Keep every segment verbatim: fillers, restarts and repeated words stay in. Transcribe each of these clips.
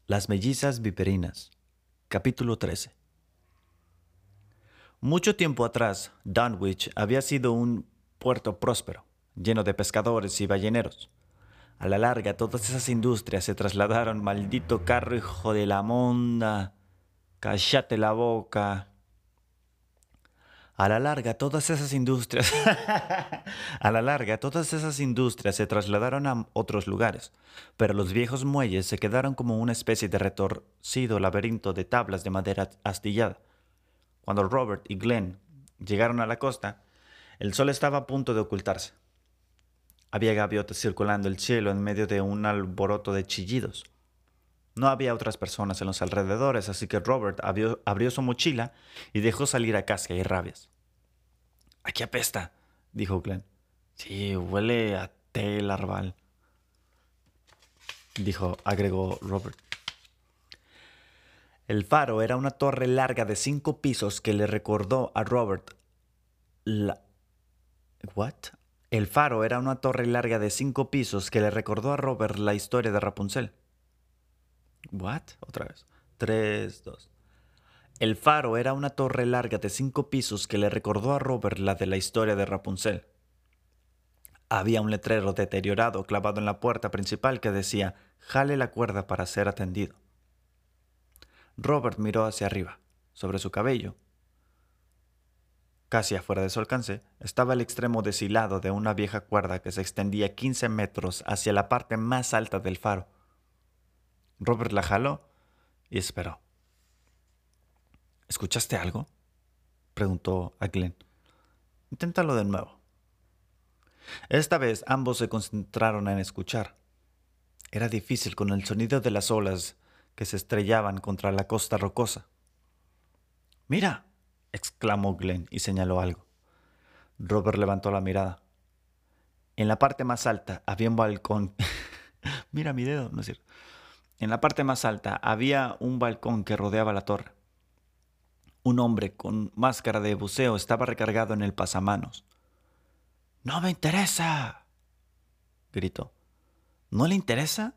Las mellizas viperinas. Capítulo trece. Mucho tiempo atrás, Dunwich había sido un puerto próspero, lleno de pescadores y balleneros. A la larga, todas esas industrias se trasladaron. Maldito carro, hijo de la monda. Cállate la boca. A la larga, todas esas industrias... a la larga, todas esas industrias se trasladaron a otros lugares, pero los viejos muelles se quedaron como una especie de retorcido laberinto de tablas de madera astillada. Cuando Robert y Glenn llegaron a la costa, el sol estaba a punto de ocultarse. Había gaviotas circulando el cielo en medio de un alboroto de chillidos. No había otras personas en los alrededores, así que Robert abrió, abrió su mochila y dejó salir a Casca y Rabias. «Aquí apesta», dijo Glenn. «Sí, huele a té larval», dijo, agregó Robert. El faro era una torre larga de cinco pisos que le recordó a Robert la... ¿What? El faro era una torre larga de cinco pisos que le recordó a Robert la historia de Rapunzel. ¿What? Otra vez. Tres, dos. El faro era una torre larga de cinco pisos que le recordó a Robert la de la historia de Rapunzel. Había un letrero deteriorado clavado en la puerta principal que decía: «Jale la cuerda para ser atendido». Robert miró hacia arriba. Sobre su cabello, casi afuera de su alcance, estaba el extremo deshilado de una vieja cuerda que se extendía quince metros hacia la parte más alta del faro. Robert la jaló y esperó. «¿Escuchaste algo?», preguntó a Glenn. «Inténtalo de nuevo». Esta vez ambos se concentraron en escuchar. Era difícil con el sonido de las olas que se estrellaban contra la costa rocosa. «¡Mira!», exclamó Glenn y señaló algo. Robert levantó la mirada. En la parte más alta había un balcón. «Mira mi dedo», no es cierto. En la parte más alta había un balcón que rodeaba la torre. Un hombre con máscara de buceo estaba recargado en el pasamanos. «¡No me interesa!», gritó. «¿No le interesa?».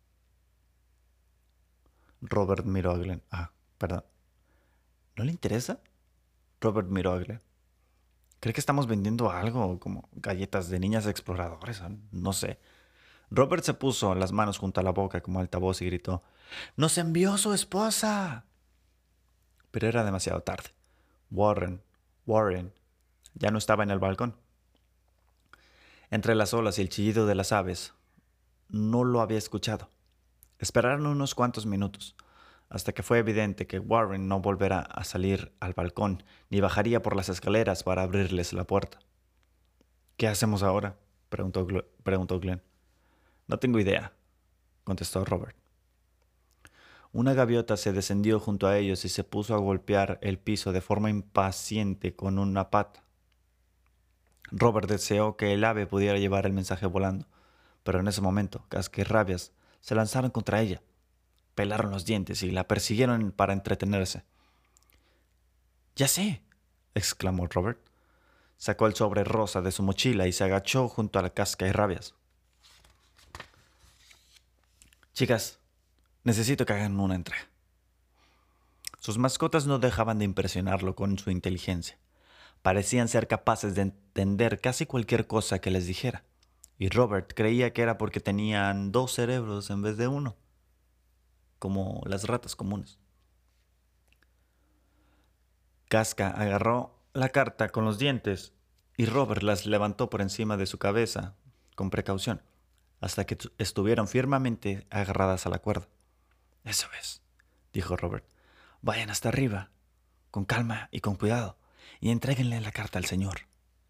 Robert miró a Glenn. Ah, perdón. ¿No le interesa? Robert miró a Glenn. ¿Cree que estamos vendiendo algo como galletas de niñas exploradores? No sé. Robert se puso las manos junto a la boca como altavoz y gritó: «¡Nos envió su esposa!». Pero era demasiado tarde. Warren, Warren, ya no estaba en el balcón. Entre las olas y el chillido de las aves, no lo había escuchado. Esperaron unos cuantos minutos, hasta que fue evidente que Warren no volverá a salir al balcón ni bajaría por las escaleras para abrirles la puerta. «¿Qué hacemos ahora?», preguntó, preguntó Glenn. «No tengo idea», contestó Robert. Una gaviota se descendió junto a ellos y se puso a golpear el piso de forma impaciente con una pata. Robert deseó que el ave pudiera llevar el mensaje volando, pero en ese momento Casca y Rabias se lanzaron contra ella, pelaron los dientes y la persiguieron para entretenerse. «¡Ya sé!», exclamó Robert. Sacó el sobre rosa de su mochila y se agachó junto a la Casca y Rabias. «Chicas, necesito que hagan una entrega». Sus mascotas no dejaban de impresionarlo con su inteligencia. Parecían ser capaces de entender casi cualquier cosa que les dijera, y Robert creía que era porque tenían dos cerebros en vez de uno, como las ratas comunes. Casca agarró la carta con los dientes y Robert las levantó por encima de su cabeza con precaución, hasta que estuvieron firmemente agarradas a la cuerda. «Eso es», dijo Robert. «Vayan hasta arriba, con calma y con cuidado, y entréguenle la carta al señor».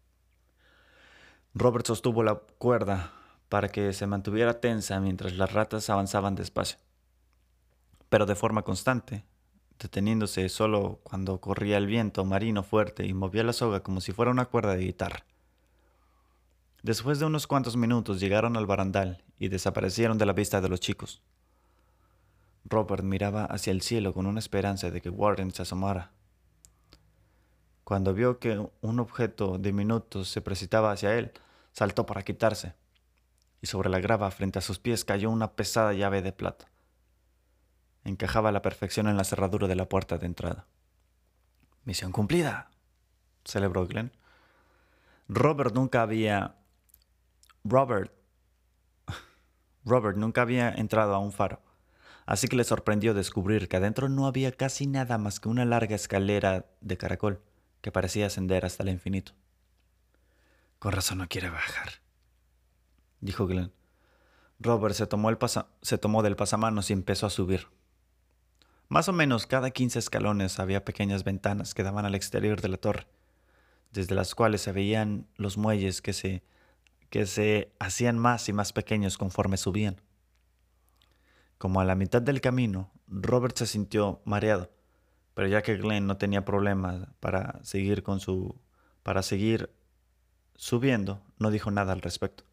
Robert sostuvo la cuerda para que se mantuviera tensa mientras las ratas avanzaban despacio, pero de forma constante, deteniéndose solo cuando corría el viento marino fuerte y movía la soga como si fuera una cuerda de guitarra. Después de unos cuantos minutos llegaron al barandal y desaparecieron de la vista de los chicos. Robert miraba hacia el cielo con una esperanza de que Warren se asomara. Cuando vio que un objeto diminuto se precipitaba hacia él, saltó para quitarse, y sobre la grava frente a sus pies cayó una pesada llave de plata. encajaba a la perfección en la cerradura de la puerta de entrada. «Misión cumplida», celebró Glenn. Robert nunca había... Robert... Robert nunca había entrado a un faro, así que le sorprendió descubrir que adentro no había casi nada más que una larga escalera de caracol que parecía ascender hasta el infinito. «Con razón no quiere bajar», dijo Glenn. Robert se tomó, el pasa- se tomó del pasamanos y empezó a subir. Más o menos cada quince escalones había pequeñas ventanas que daban al exterior de la torre, desde las cuales se veían los muelles que se, que se hacían más y más pequeños conforme subían. Como a la mitad del camino, Robert se sintió mareado, pero ya que Glenn no tenía problemas para seguir con su, para seguir subiendo, no dijo nada al respecto.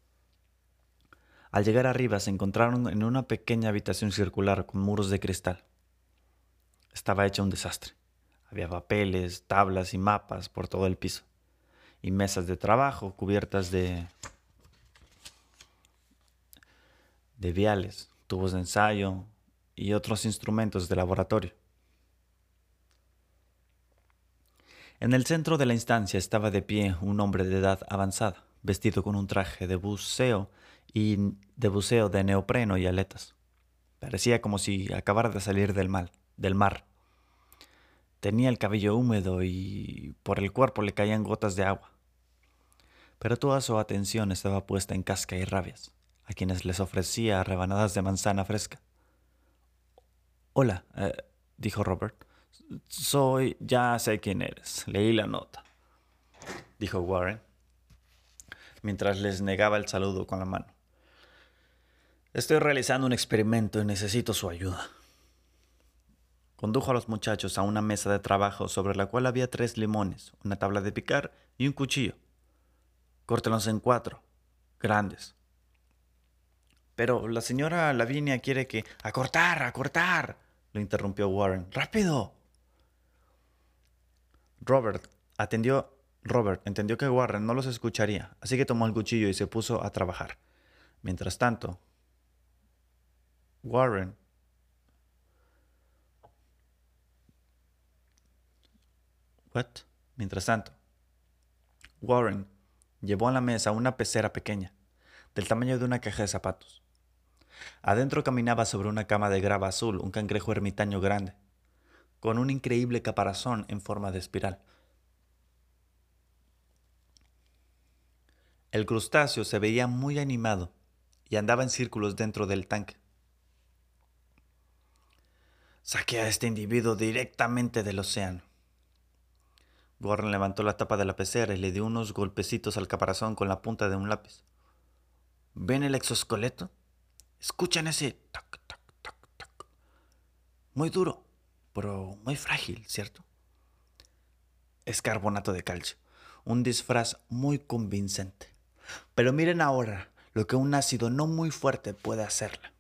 Al llegar arriba se encontraron en una pequeña habitación circular con muros de cristal. Estaba hecha un desastre. Había papeles, tablas y mapas por todo el piso, y mesas de trabajo cubiertas de, de viales, tubos de ensayo y otros instrumentos de laboratorio. En el centro de la instancia estaba de pie un hombre de edad avanzada, vestido con un traje de buceo y de buceo de neopreno y aletas. Parecía como si acabara de salir del mar, del mar. Tenía el cabello húmedo y por el cuerpo le caían gotas de agua. Pero toda su atención estaba puesta en Casca y Rabias, a quienes les ofrecía rebanadas de manzana fresca. «Hola», eh, dijo Robert. «Soy... ya sé quién eres. Leí la nota», dijo Warren, mientras les negaba el saludo con la mano. «Estoy realizando un experimento y necesito su ayuda». Condujo a los muchachos a una mesa de trabajo sobre la cual había tres limones, una tabla de picar y un cuchillo. «Córtelos en cuatro, grandes». «Pero la señora Lavinia quiere que...» «¡A cortar, a cortar!», lo interrumpió Warren. «¡Rápido!». Robert atendió... Robert entendió que Warren no los escucharía, así que tomó el cuchillo y se puso a trabajar. Mientras tanto, Warren... ¿What? Mientras tanto, Warren llevó a la mesa una pecera pequeña, del tamaño de una caja de zapatos. Adentro caminaba sobre una cama de grava azul un cangrejo ermitaño grande, con un increíble caparazón en forma de espiral. El crustáceo se veía muy animado y andaba en círculos dentro del tanque. «Saqué a este individuo directamente del océano». Warren levantó la tapa de la pecera y le dio unos golpecitos al caparazón con la punta de un lápiz. «¿Ven el exoesqueleto? Escuchen ese tac, tac, tac, tac. Muy duro, pero muy frágil, ¿cierto? Es carbonato de calcio, un disfraz muy convincente. Pero miren ahora lo que un ácido no muy fuerte puede hacerle».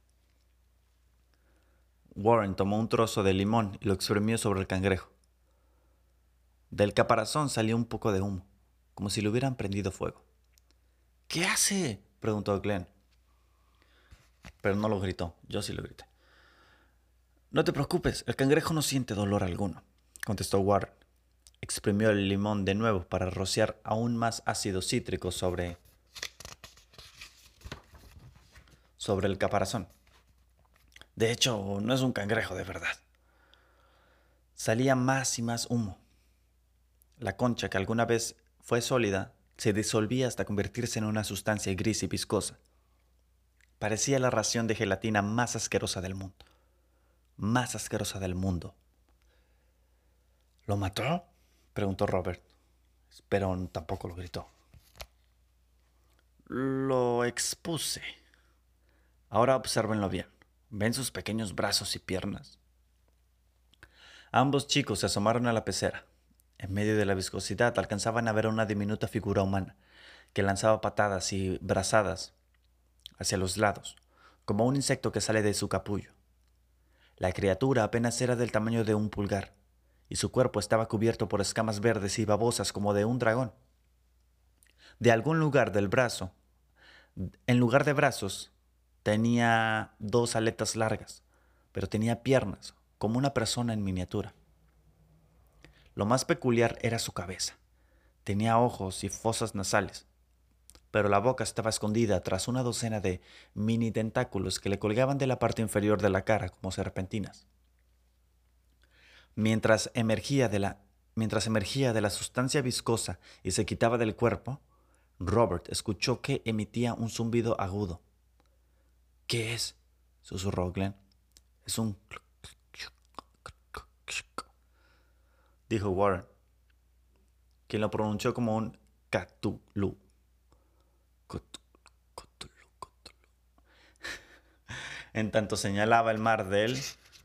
Warren tomó un trozo de limón y lo exprimió sobre el cangrejo. Del caparazón salió un poco de humo, como si le hubieran prendido fuego. «¿Qué hace?», preguntó Glenn. Pero no lo gritó, yo sí lo grité. «No te preocupes, el cangrejo no siente dolor alguno», contestó Warren. Exprimió el limón de nuevo para rociar aún más ácido cítrico sobre, sobre el caparazón. «De hecho, no es un cangrejo de verdad». Salía más y más humo. La concha, que alguna vez fue sólida, se disolvía hasta convertirse en una sustancia gris y viscosa. Parecía la ración de gelatina más asquerosa del mundo. Más asquerosa del mundo. «¿Lo mató?», preguntó Robert, pero tampoco lo gritó. «Lo expuse. Ahora obsérvenlo bien. ¿Ven sus pequeños brazos y piernas?». Ambos chicos se asomaron a la pecera. En medio de la viscosidad alcanzaban a ver una diminuta figura humana que lanzaba patadas y brazadas hacia los lados, como un insecto que sale de su capullo. La criatura apenas era del tamaño de un pulgar, y su cuerpo estaba cubierto por escamas verdes y babosas como de un dragón. De algún lugar del brazo, en lugar de brazos, tenía dos aletas largas, pero tenía piernas, como una persona en miniatura. Lo más peculiar era su cabeza. Tenía ojos y fosas nasales, pero la boca estaba escondida tras una docena de mini tentáculos que le colgaban de la parte inferior de la cara como serpentinas. Mientras emergía de la, mientras emergía de la sustancia viscosa y se quitaba del cuerpo, Robert escuchó que emitía un zumbido agudo. ¿Qué es?, susurró Glenn. Es un... dijo Warren, quien lo pronunció como un Cthulhu. En tanto señalaba el mar del,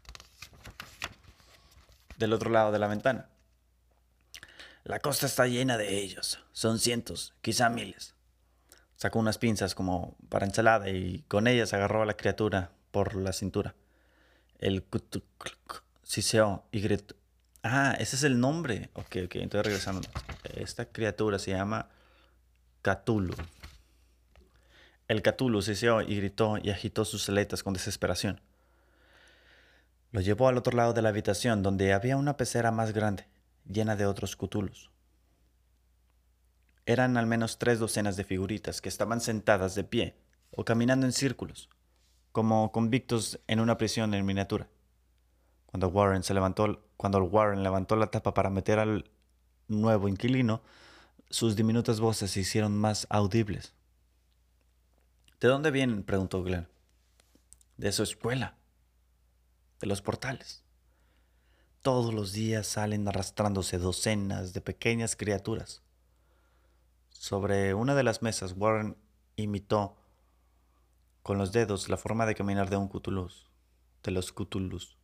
del otro lado de la ventana. La costa está llena de ellos. Son cientos, quizá miles. Sacó unas pinzas como para ensalada y con ellas agarró a la criatura por la cintura. El siseó y gritó. Ah, ese es el nombre. Ok, ok, entonces regresando. Esta criatura se llama Cthulhu. El Cthulhu siseó y gritó y agitó sus aletas con desesperación. Lo llevó al otro lado de la habitación, donde había una pecera más grande, llena de otros Cthulhus. Eran al menos tres docenas de figuritas que estaban sentadas de pie o caminando en círculos, como convictos en una prisión en miniatura. Cuando Warren, se levantó, cuando Warren levantó la tapa para meter al nuevo inquilino, sus diminutas voces se hicieron más audibles. ¿De dónde vienen?, preguntó Glenn. De su escuela, de los portales. Todos los días salen arrastrándose docenas de pequeñas criaturas. Sobre una de las mesas, Warren imitó con los dedos la forma de caminar de un Cthulhu, de los Cthulhus.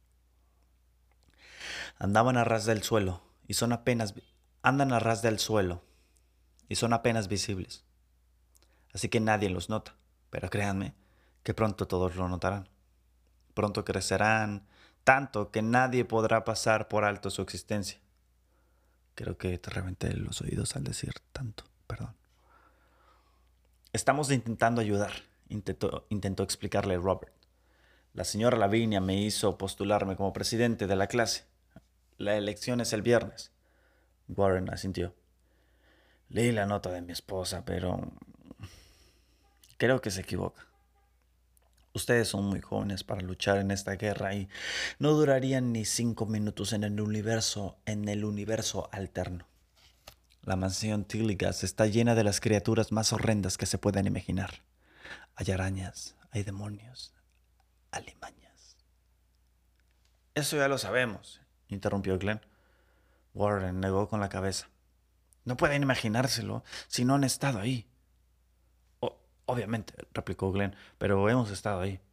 Andaban a ras del suelo y son apenas andan a ras del suelo y son apenas visibles. Así que nadie los nota, pero créanme que pronto todos lo notarán. Pronto crecerán tanto que nadie podrá pasar por alto su existencia. Creo que te reventé los oídos al decir tanto, perdón. Estamos intentando ayudar, intentó, intentó explicarle Robert. La señora Lavinia me hizo postularme como presidente de la clase. La elección es el viernes. Warren asintió. Leí la nota de mi esposa, pero creo que se equivoca. Ustedes son muy jóvenes para luchar en esta guerra y no durarían ni cinco minutos en el universo, en el universo alterno. La mansión Tilligas está llena de las criaturas más horrendas que se puedan imaginar. Hay arañas, hay demonios, alimañas. Eso ya lo sabemos, interrumpió Glenn. Warren negó con la cabeza. No pueden imaginárselo si no han estado ahí. O, obviamente, replicó Glenn, pero hemos estado ahí.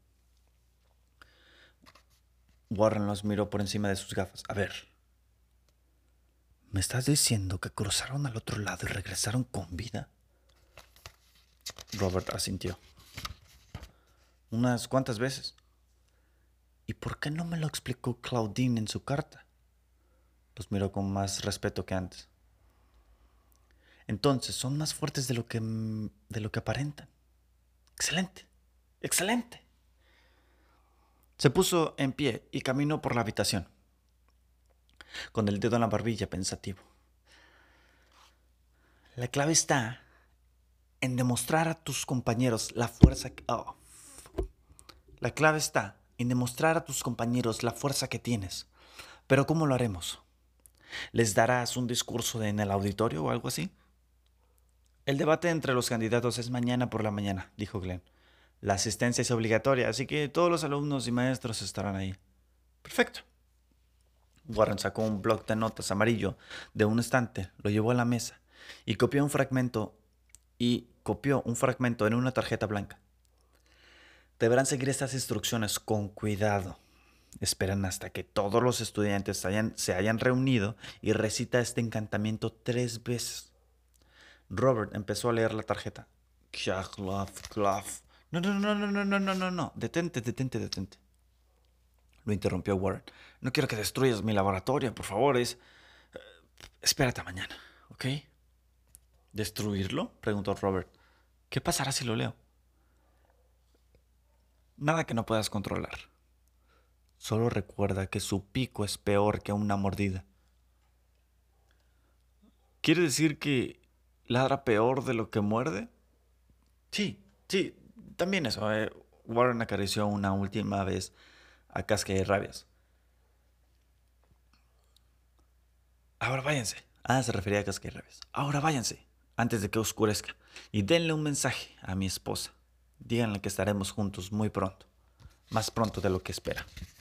Warren los miró por encima de sus gafas. A ver, ¿me estás diciendo que cruzaron al otro lado y regresaron con vida? Robert asintió. Unas cuantas veces. ¿Y por qué no me lo explicó Claudine en su carta? Los miró con más respeto que antes. Entonces, son más fuertes de lo que, de lo que aparentan. Excelente, excelente. Se puso en pie y caminó por la habitación, con el dedo en la barbilla, pensativo. La clave está en demostrar a tus compañeros la fuerza que... Oh. La clave está en demostrar a tus compañeros la fuerza que tienes. Pero ¿cómo lo haremos? ¿Les darás un discurso en el auditorio o algo así? El debate entre los candidatos es mañana por la mañana, dijo Glenn. La asistencia es obligatoria, así que todos los alumnos y maestros estarán ahí. Perfecto. Warren sacó un bloc de notas amarillo de un estante, lo llevó a la mesa y copió un fragmento y copió un fragmento en una tarjeta blanca. Deberán seguir estas instrucciones con cuidado. Esperan hasta que todos los estudiantes hayan, se hayan reunido y recita este encantamiento tres veces. Robert empezó a leer la tarjeta. No, no, no, no, no, no, no, no, no. Detente, detente, detente. Lo interrumpió Warren. No quiero que destruyas mi laboratorio, por favor. Es... Uh, espérate mañana, ¿ok? ¿Destruirlo?, preguntó Robert. ¿Qué pasará si lo leo? Nada que no puedas controlar. Solo recuerda que su pico es peor que una mordida. ¿Quiere decir que ladra peor de lo que muerde? Sí, sí, también eso. eh, Warren acarició una última vez a Cascairrabias. Ahora váyanse. Ah, se refería a Cascairrabias. Ahora váyanse, antes de que oscurezca. Y denle un mensaje a mi esposa. Díganle que estaremos juntos muy pronto. Más pronto de lo que espera.